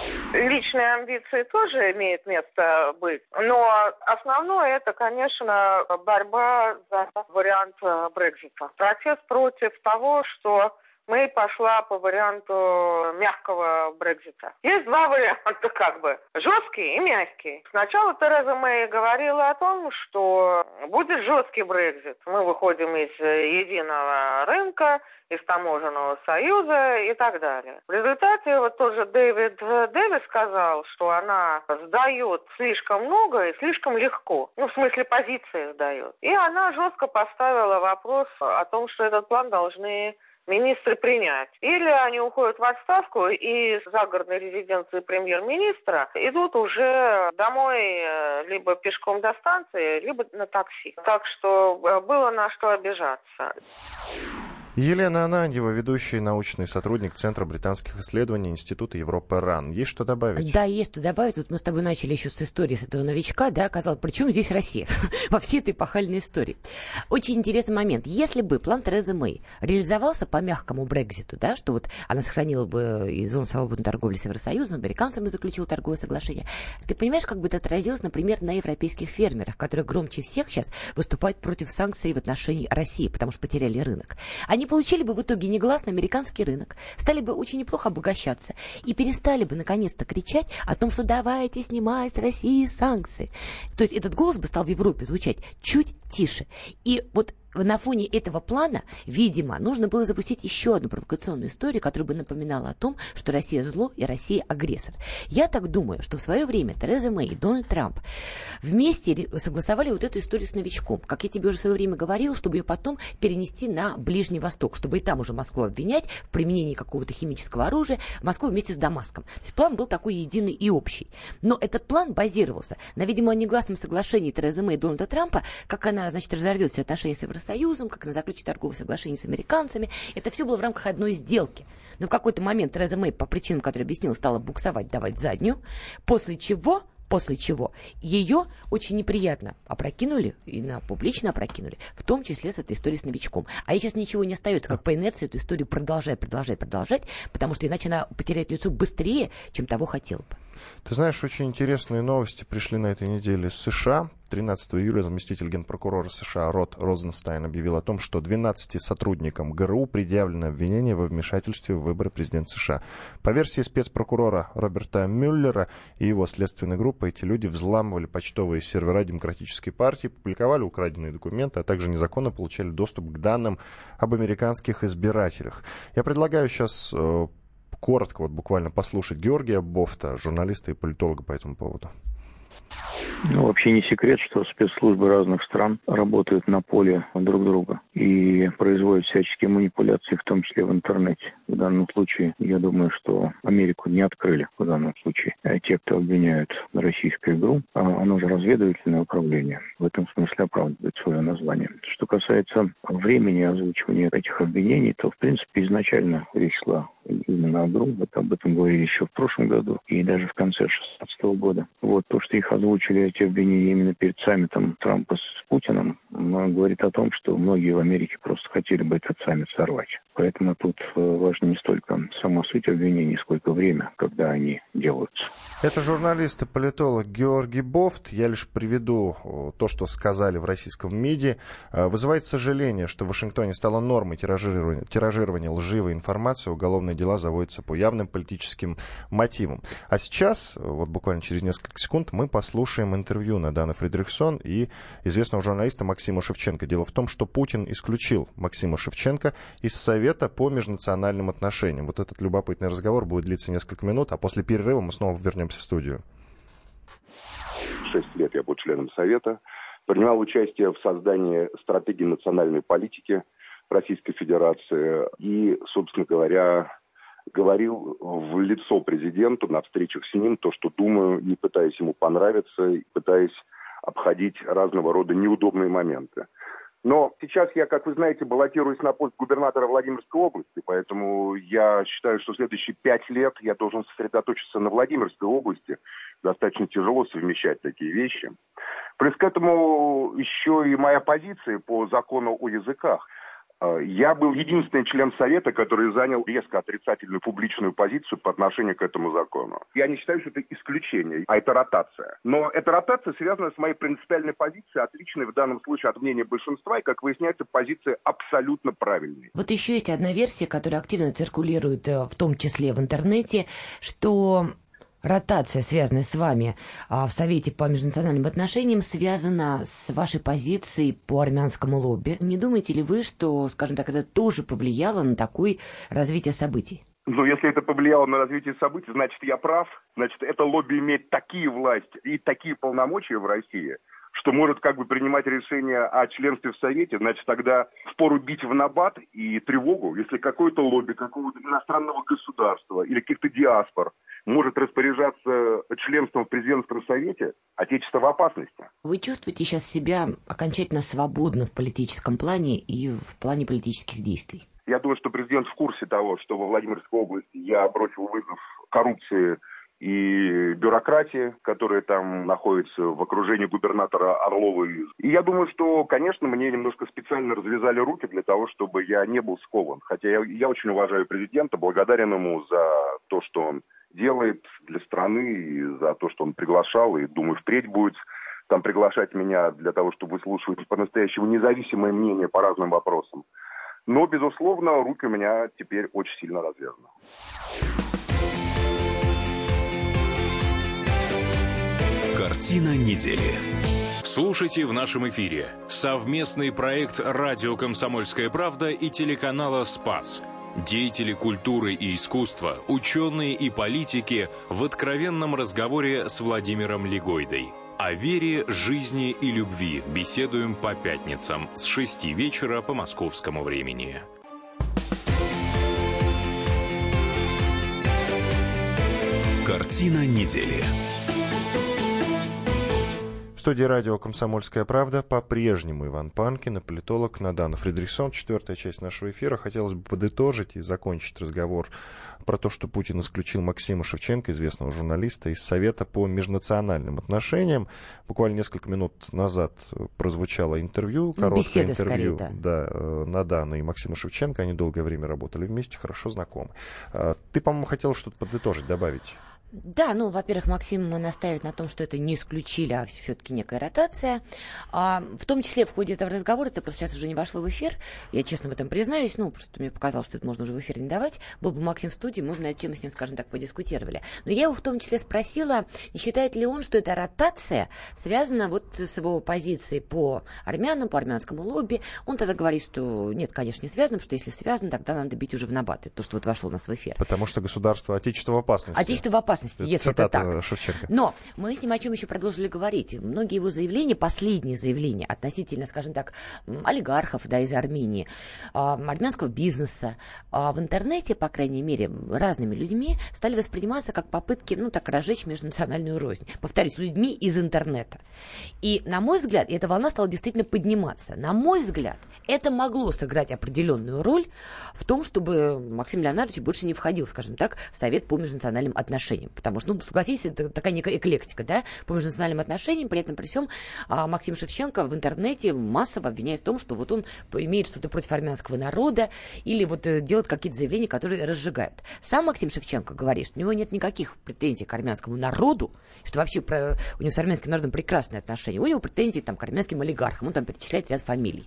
Личные амбиции тоже имеют место быть. Но основное это, конечно, борьба за вариант Брексита. Протест против того, что Мэй пошла по варианту мягкого Брексита. Есть два варианта, как бы, жесткий и мягкий. Сначала Тереза Мэй говорила о том, что будет жесткий Брексит. Мы выходим из единого рынка, из таможенного союза и так далее. В результате вот тот же Дэвид Дэвис сказал, что она сдает слишком много и слишком легко. Ну, в смысле, позиции сдает. И она жестко поставила вопрос о том, что этот план должны министры принять. Или они уходят в отставку и из загородной резиденции премьер-министра идут уже домой либо пешком до станции, либо на такси. Так что было на что обижаться. Елена Ананьева, ведущий научный сотрудник Центра британских исследований Института Европы РАН. Есть что добавить? Да, есть что добавить. Вот мы с тобой начали еще с истории с этого новичка, да, оказалось, причем здесь Россия во всей этой эпохальной истории. Очень интересный момент. Если бы план Терезы Мэй реализовался по мягкому Брекситу, да, что вот она сохранила бы и зону свободной торговли с Евросоюзом, американцами заключила торговое соглашение, ты понимаешь, как бы это отразилось, например, на европейских фермерах, которые громче всех сейчас выступают против санкций в отношении России, потому что потеряли рынок. Они получили бы в итоге негласный американский рынок, стали бы очень неплохо обогащаться и перестали бы наконец-то кричать о том, что давайте снимать с России санкции. То есть этот голос бы стал в Европе звучать чуть тише. И вот на фоне этого плана, видимо, нужно было запустить еще одну провокационную историю, которая бы напоминала о том, что Россия зло и Россия агрессор. Я так думаю, что в свое время Тереза Мэй и Дональд Трамп вместе согласовали вот эту историю с новичком. Как я тебе уже в свое время говорила, чтобы ее потом перенести на Ближний Восток, чтобы и там уже Москву обвинять в применении какого-то химического оружия, Москву вместе с Дамаском. То есть план был такой единый и общий. Но этот план базировался на, видимо, негласном соглашении Терезы Мэй и Дональда Трампа, как она, значит, разорвет все отношения с Евросоюзом, как она заключит торговые соглашения с американцами. Это все было в рамках одной сделки. Но в какой-то момент Тереза Мэй, по причинам, которые объяснила, стала буксовать, давать заднюю, после чего... После чего ее очень неприятно опрокинули, и на, публично опрокинули, в том числе с этой историей с новичком. А ей сейчас ничего не остается, как по инерции эту историю продолжать, продолжать, продолжать, потому что иначе она потеряет лицо быстрее, чем того хотела бы. Ты знаешь, очень интересные новости пришли на этой неделе из США. тринадцатого июля заместитель генпрокурора США Род Розенстайн объявил о том, что двенадцати сотрудникам ГРУ предъявлено обвинение во вмешательстве в выборы президента США. По версии спецпрокурора Роберта Мюллера и его следственной группы, эти люди взламывали почтовые сервера Демократической партии, публиковали украденные документы, а также незаконно получали доступ к данным об американских избирателях. Я предлагаю сейчас э, коротко, вот буквально послушать Георгия Бофта, журналиста и политолога по этому поводу. Ну, вообще не секрет, что спецслужбы разных стран работают на поле друг друга и производят всяческие манипуляции, в том числе в интернете. В данном случае, я думаю, что Америку не открыли в данном случае. А те, кто обвиняют российскую ГРУ, оно же разведывательное управление. В этом смысле оправдывает свое название. Что касается времени озвучивания этих обвинений, то, в принципе, изначально речь шла именно о ГРУ. Вот об этом говорили еще в прошлом году и даже в конце шестнадцатого года. Вот то, что их озвучили, эти обвинения, именно перед саммитом Трампа с Путиным, говорит о том, что многие в Америке просто хотели бы этот саммит сорвать. Поэтому тут важно не столько сама суть обвинений, сколько время, когда они делаются. Это журналист и политолог Георгий Бофт. Я лишь приведу то, что сказали в российском МИДе. Вызывает сожаление, что в Вашингтоне стало нормой тиражирования, тиражирования лживой информации. Уголовные дела заводятся по явным политическим мотивам. А сейчас, вот буквально через несколько секунд, мы послушаем интервью Наданы Фридрихсон и известного журналиста Максима Шевченко. Дело в том, что Путин исключил Максима Шевченко из Совета по межнациональным отношениям. Вот этот любопытный разговор будет длиться несколько минут, а после перерыва мы снова вернемся в студию. Шесть лет я был членом Совета, принимал участие в создании стратегии национальной политики Российской Федерации и, собственно говоря, говорил в лицо президенту на встречах с ним то, что думаю, не пытаясь ему понравиться, пытаясь обходить разного рода неудобные моменты. Но сейчас я, как вы знаете, баллотируюсь на пост губернатора Владимирской области, поэтому я считаю, что следующие пять лет я должен сосредоточиться на Владимирской области. Достаточно тяжело совмещать такие вещи. Плюс к этому еще и моя позиция по закону о языках. Я был единственный член Совета, который занял резко отрицательную публичную позицию по отношению к этому закону. Я не считаю, что это исключение, а это ротация. Но эта ротация связана с моей принципиальной позицией, отличной в данном случае от мнения большинства, и, как выясняется, позиция абсолютно правильная. Вот еще есть одна версия, которая активно циркулирует, в том числе в интернете, что... ротация, связанная с вами а, в Совете по межнациональным отношениям, связана с вашей позицией по армянскому лобби. Не думаете ли вы, что, скажем так, это тоже повлияло на такое развитие событий? Ну, если это повлияло на развитие событий, значит, я прав. Значит, это лобби имеет такие власти и такие полномочия в России, что может как бы принимать решения о членстве в Совете, значит, тогда впору бить в набат и тревогу, если какое-то лобби какого-то иностранного государства или каких-то диаспор может распоряжаться членством в президентском совете, отечество в опасности. Вы чувствуете сейчас себя окончательно свободно в политическом плане и в плане политических действий? Я думаю, что президент в курсе того, что во Владимирской области я бросил вызов коррупции и бюрократии, которая там находится в окружении губернатора Орловой. И я думаю, что, конечно, мне немножко специально развязали руки для того, чтобы я не был скован. Хотя я, я очень уважаю президента, благодарен ему за то, что он делает для страны, и за то, что он приглашал, и, думаю, впредь будет там приглашать меня для того, чтобы выслушивать по-настоящему независимое мнение по разным вопросам. Но, безусловно, руки у меня теперь очень сильно развязаны. Картина недели с Слушайте в нашем эфире совместный проект «Радио Комсомольская правда» и телеканала «Спас». Деятели культуры и искусства, ученые и политики в откровенном разговоре с Владимиром Легойдой. О вере, жизни и любви беседуем по пятницам с шести вечера по московскому времени. Картина недели. В студии радио «Комсомольская правда» по-прежнему Иван Панкин и политолог Надана Фридрихсон. Четвертая часть нашего эфира. Хотелось бы подытожить и закончить разговор про то, что Путин исключил Максима Шевченко, известного журналиста, из Совета по межнациональным отношениям. Буквально несколько минут назад прозвучало интервью, короткое Беседа, интервью скорее, да. Да, Надана и Максима Шевченко. Они долгое время работали вместе, хорошо знакомы. Ты, по-моему, хотел что-то подытожить, добавить? Да, ну, во-первых, Максим настаивает на том, что это не исключили, а все-таки некая ротация. А, в том числе в ходе этого разговора, это просто сейчас уже не вошло в эфир, я честно в этом признаюсь, ну, просто мне показалось, что это можно уже в эфир не давать. Был бы Максим в студии, мы бы на эту тему с ним, скажем так, подискутировали. Но я его в том числе спросила, не считает ли он, что эта ротация связана вот с его позицией по армянам, по армянскому лобби. Он тогда говорит, что нет, конечно, не связано, потому что если связано, тогда надо бить уже в набат. Это то, что вот вошло у нас в эфир. Потому что государство Отечество в опасности. Отечество в опасности. Если это так. Шевченко. Но мы с ним о чем еще продолжили говорить. Многие его заявления, последние заявления относительно, скажем так, олигархов, да, из Армении, армянского бизнеса, в интернете, по крайней мере, разными людьми стали восприниматься как попытки, ну, так, разжечь межнациональную рознь. Повторюсь, людьми из интернета. И, на мой взгляд, эта волна стала действительно подниматься. На мой взгляд, это могло сыграть определенную роль в том, чтобы Максим Леонардович больше не входил, скажем так, в Совет по межнациональным отношениям. Потому что, ну, согласитесь, это такая некая эклектика, да, по межнациональным отношениям, при этом при всем а, Максим Шевченко в интернете массово обвиняет в том, что вот он имеет что-то против армянского народа или вот э, делает какие-то заявления, которые разжигают. Сам Максим Шевченко говорит, что у него нет никаких претензий к армянскому народу, что вообще про, у него с армянским народом прекрасные отношения, у него претензии там, к армянским олигархам, он там перечисляет ряд фамилий.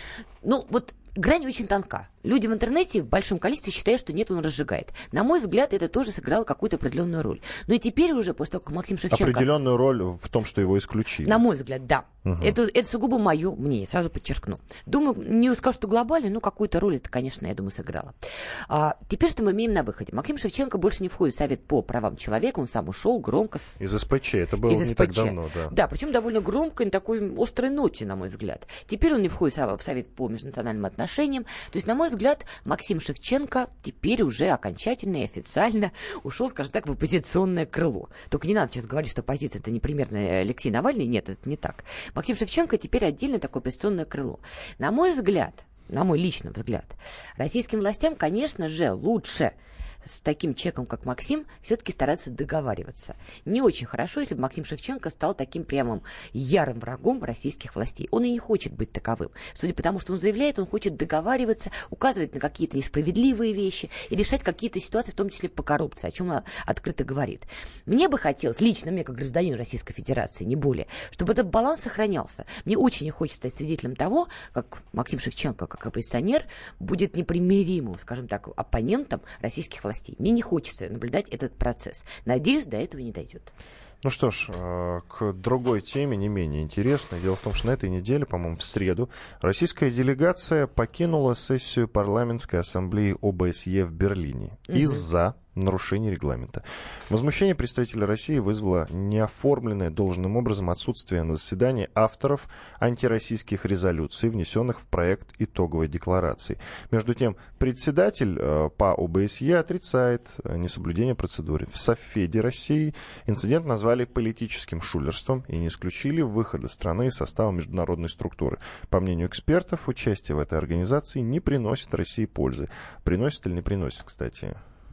Ну, вот грань очень тонка. Люди в интернете в большом количестве считают, что нет, он разжигает. На мой взгляд, это тоже сыграло какую-то определенную роль. Но и теперь уже, после того, как Максим Шевченко... Определенную роль в том, что его исключили. На мой взгляд, да. Угу. Это, это сугубо мое мнение, сразу подчеркну. Думаю, не скажу, что глобально, но какую-то роль это, конечно, я думаю, сыграло. А, теперь что мы имеем на выходе? Максим Шевченко больше не входит в Совет по правам человека, он сам ушел громко. С... Из СПЧ, это было Из не СПЧ. Так давно, да. Да, причем довольно громко и на такой острой ноте, на мой взгляд. Теперь он не входит в Совет по межнациональным отношениям. То есть, на мой взгляд, Максим Шевченко теперь уже окончательно и официально ушел, скажем так, в оппозиционное крыло. Только не надо сейчас говорить, что оппозиция это не примерно Алексей Навальный. Нет, это не так. Максим Шевченко теперь отдельно такое оппозиционное крыло. На мой взгляд, на мой личный взгляд, российским властям, конечно же, лучше с таким человеком, как Максим, все-таки стараться договариваться. Не очень хорошо, если бы Максим Шевченко стал таким прямым ярым врагом российских властей. Он и не хочет быть таковым. Судя по тому, что он заявляет, он хочет договариваться, указывать на какие-то несправедливые вещи и решать какие-то ситуации, в том числе по коррупции, о чем он открыто говорит. Мне бы хотелось, лично мне, как гражданину Российской Федерации, не более, чтобы этот баланс сохранялся. Мне очень не хочется стать свидетелем того, как Максим Шевченко, как оппозиционер, будет непримиримым, скажем так, оппонентом российских властей. Мне не хочется наблюдать этот процесс. Надеюсь, до этого не дойдет. Ну что ж, к другой теме, не менее интересной. Дело в том, что на этой неделе, по-моему, в среду, российская делегация покинула сессию парламентской ассамблеи ОБСЕ в Берлине угу. из-за нарушение регламента. Возмущение представителей России вызвало неоформленное должным образом отсутствие на заседании авторов антироссийских резолюций, внесенных в проект итоговой декларации. Между тем, председатель э, по ОБСЕ отрицает несоблюдение процедуры. В Совфеде России инцидент назвали политическим шулерством и не исключили выхода страны из состава международной структуры. По мнению экспертов, участие в этой организации не приносит России пользы. Приносит или не приносит, кстати?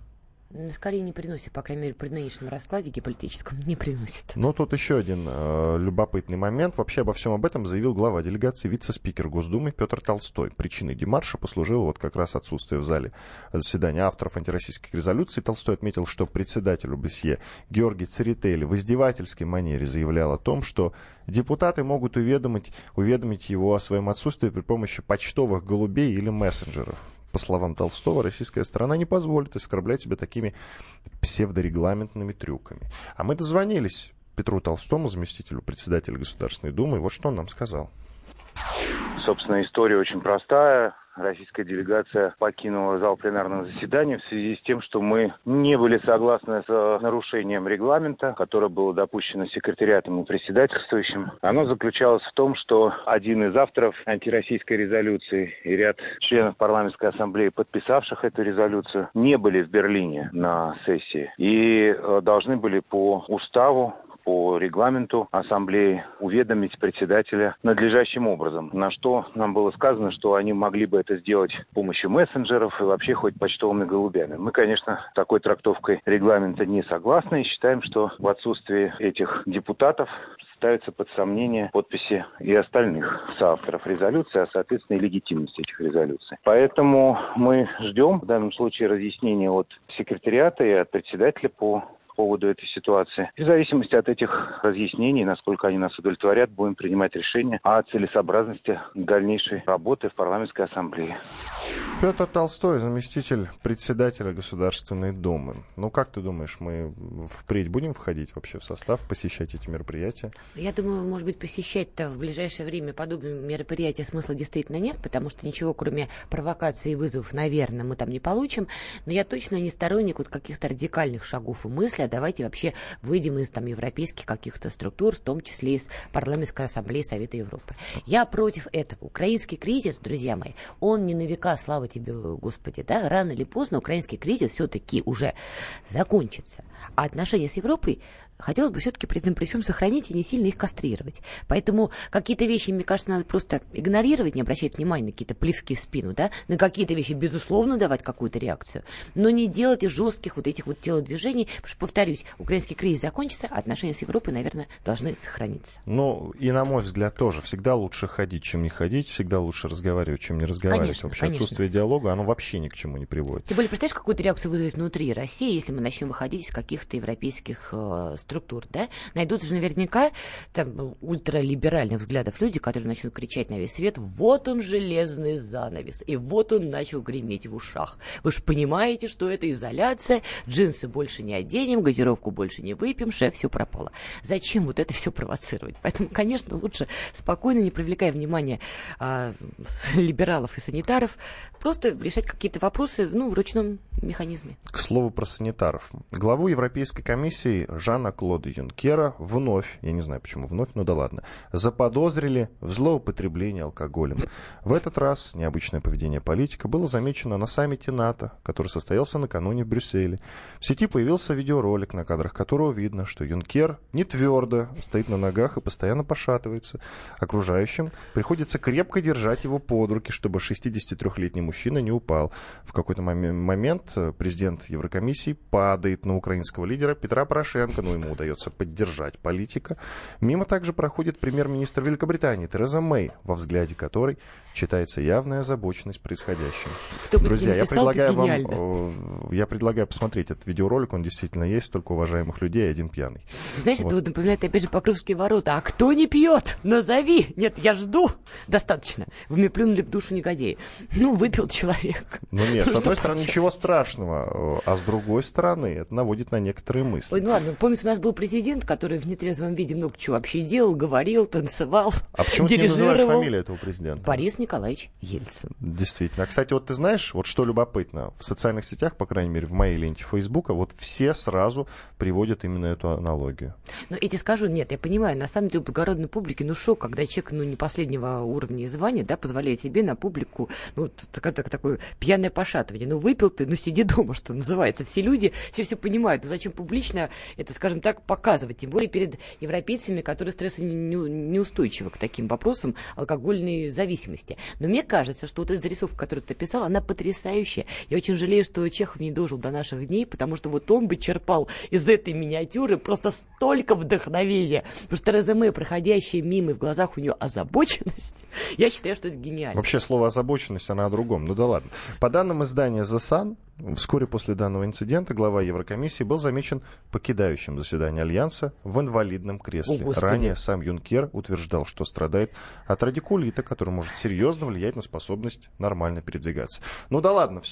Скорее не приносит, по крайней мере, при нынешнем раскладе геополитическом не приносит. Ну, тут еще один э, любопытный момент. Вообще обо всем об этом заявил глава делегации, вице-спикер Госдумы Петр Толстой. Причиной демарша послужило вот как раз отсутствие в зале заседания авторов антироссийских резолюций. Толстой отметил, что председатель ОБСЕ Георгий Церетели в издевательской манере заявлял о том, что депутаты могут уведомить, уведомить его о своем отсутствии при помощи почтовых голубей или мессенджеров. По словам Толстого, российская сторона не позволит оскорблять себя такими псевдорегламентными трюками. А мы дозвонились Петру Толстому, заместителю председателя Государственной Думы. Вот что он нам сказал. Собственно, история очень простая. Российская делегация покинула зал пленарного заседания в связи с тем, что мы не были согласны с нарушением регламента, которое было допущено секретариатом и председательствующим. Оно заключалось в том, что один из авторов антироссийской резолюции и ряд членов парламентской ассамблеи, подписавших эту резолюцию, не были в Берлине на сессии и должны были по уставу, по регламенту ассамблеи уведомить председателя надлежащим образом. На что нам было сказано, что они могли бы это сделать с помощью мессенджеров и вообще хоть почтовыми голубями. Мы, конечно, с такой трактовкой регламента не согласны и считаем, что в отсутствии этих депутатов ставятся под сомнение подписи и остальных соавторов резолюции, а, соответственно, и легитимность этих резолюций. Поэтому мы ждем в данном случае разъяснения от секретариата и от председателя по поводу этой ситуации. И в зависимости от этих разъяснений, насколько они нас удовлетворят, будем принимать решение о целесообразности дальнейшей работы в парламентской ассамблее. Петр Толстой, заместитель председателя Государственной Думы. Ну, как ты думаешь, мы впредь будем входить вообще в состав, посещать эти мероприятия? Я думаю, может быть, посещать-то в ближайшее время подобные мероприятия смысла действительно нет, потому что ничего, кроме провокаций и вызовов, наверное, мы там не получим. Но я точно не сторонник вот каких-то радикальных шагов и мыслей, а давайте вообще выйдем из там европейских каких-то структур, в том числе из парламентской ассамблеи Совета Европы. Я против этого. Украинский кризис, друзья мои, он не на века, слава тебе, Господи, да, рано или поздно украинский кризис все-таки уже закончится. А отношения с Европой хотелось бы все-таки при этом при всем сохранить и не сильно их кастрировать. Поэтому какие-то вещи, мне кажется, надо просто игнорировать, не обращать внимания на какие-то плевки в спину, да, на какие-то вещи, безусловно, давать какую-то реакцию, но не делать и жестких вот этих вот телодвижений, потому что, повторюсь, украинский кризис закончится, а отношения с Европой, наверное, должны сохраниться. Ну, и на мой взгляд тоже, всегда лучше ходить, чем не ходить, всегда лучше разговаривать, чем не разговаривать. Конечно, вообще конечно. Отсутствие диалога, оно вообще ни к чему не приводит. Тем более, представляешь, какую-то реакцию вызовет внутри России, если мы начнем выходить из каких-то европейских э, структур, да? Найдутся же наверняка там ультралиберальных взглядов люди, которые начнут кричать на весь свет: вот он, железный занавес, и вот он начал греметь в ушах. Вы же понимаете, что это изоляция, джинсы больше не оденем, газировку больше не выпьем, шеф, все пропало. Зачем вот это все провоцировать? Поэтому, конечно, лучше спокойно, не привлекая внимания а, либералов и санитаров, просто решать какие-то вопросы, ну, в ручном механизме. К слову про санитаров. Главу Европейской комиссии Жана-Клода Юнкера вновь, я не знаю почему вновь, но да ладно, заподозрили в злоупотреблении алкоголем. В этот раз необычное поведение политика было замечено на саммите НАТО, который состоялся накануне в Брюсселе. В сети появился видеоролик, на кадрах которого видно, что Юнкер не твердо стоит на ногах и постоянно пошатывается. Окружающим приходится крепко держать его под руки, чтобы шестидесятитрёхлетний мужчина не упал. В какой-то момент президент Еврокомиссии падает на украинского лидера Петра Порошенко, но ему удается поддержать политика. Мимо также проходит премьер-министр Великобритании Тереза Мэй, во взгляде которой читается явная озабоченность происходящим. Кто бы Друзья, я написал, предлагаю вам, я предлагаю посмотреть этот видеоролик, он действительно есть, только уважаемых людей, один пьяный. Знаешь, вот. Это вот напоминает опять же Покровские ворота. А кто не пьет? Назови! Нет, я жду. Достаточно. Вы мне плюнули в душу, негодяи. Ну, выпил человек. Ну нет, с одной стороны, ничего страшного, а с другой стороны, это наводит на некоторые мысли. Ой, ну ладно, помните, у нас был президент, который в нетрезвом виде много чего вообще делал, говорил, танцевал, а почему ты не называешь фамилию этого президента? Борис Николаевич Ельцин. Действительно. А, кстати, вот ты знаешь, вот что любопытно, в социальных сетях, по крайней мере, в моей ленте Фейсбука, вот все сразу приводят именно эту аналогию. Ну, я тебе скажу, нет, я понимаю, на самом деле у благородной публики, ну, шок, когда человек, ну, не последнего уровня и звания, да, позволяет себе на публику, ну, так, так, такое пьяное пошатывание. Ну, выпил ты, ну, сиди дома, что называется. Все люди, все все понимают, ну, зачем публично это, скажем так, показывать, тем более перед европейцами, которые стрессонеустойчивы к таким вопросам алкогольной зависимости. Но мне кажется, что вот эта зарисовка, которую ты писал, она потрясающая. Я очень жалею, что Чехов не дожил до наших дней, потому что вот он бы черпал из этой миниатюры просто столько вдохновения. Потому что Тереза Мэй, проходящая мимо, в глазах у нее озабоченность, я считаю, что это гениально. Вообще слово озабоченность, она о другом. Ну да ладно. По данным издания The Sun, вскоре после данного инцидента глава Еврокомиссии был замечен покидающим заседание Альянса в инвалидном кресле. О, ранее сам Юнкер утверждал, что страдает от радикулита, который может серьезно влиять на способность нормально передвигаться. Ну да ладно, все.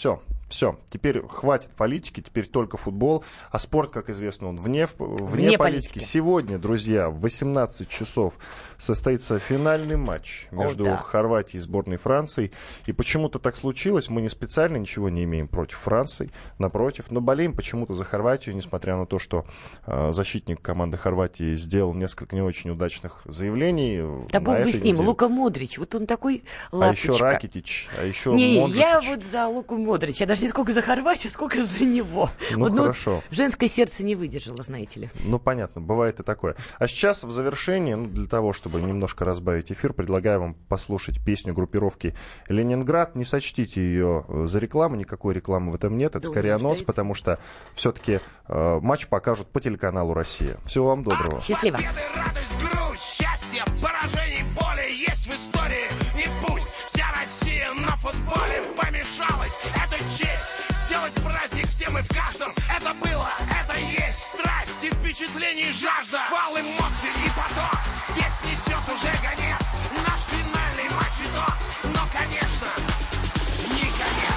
Все, теперь хватит политики, теперь только футбол. А спорт, как известно, он вне, вне, вне политики. политики. Сегодня, друзья, в восемнадцать часов состоится финальный матч между О, да. Хорватией и сборной Франции. И почему-то так случилось. Мы не специально ничего не имеем против Франции, напротив. Но болеем почему-то за Хорватию, несмотря на то, что э, защитник команды Хорватии сделал несколько не очень удачных заявлений. Да бог бы с ним, неделе. Лука Модрич, вот он такой лапочка. А еще Ракитич, а еще Не, Мондричич. я вот за Луку Модрича. Даже не сколько за Хорватию, сколько за него. Ну, вот, хорошо. Женское сердце не выдержало, знаете ли. Ну, понятно, бывает и такое. А сейчас в завершении, ну, для того, чтобы немножко разбавить эфир, предлагаю вам послушать песню группировки «Ленинград». Не сочтите ее за рекламу, никакой рекламы в этом нет. Это да скорее анонс, потому что все-таки э, матч покажут по телеканалу «Россия». Всего вам доброго. Счастливо. Радость, грусть, счастье, поражений, боли есть в истории. Не пусть вся Россия на футболе помешалась. Это честь сделать праздник всем и в каждом. Это было, это есть страсть и впечатлений жажда. Шквал эмоций и поток. Весь несет уже гонец. Наш финальный матч и то. Но, конечно, не конец.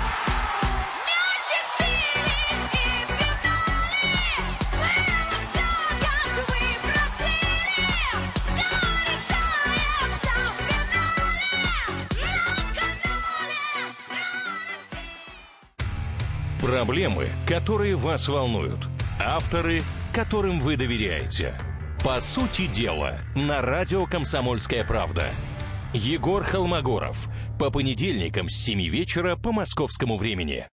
Проблемы, которые вас волнуют. Авторы, которым вы доверяете. По сути дела, на радио «Комсомольская правда». Егор Холмогоров. По понедельникам с семи вечера по московскому времени.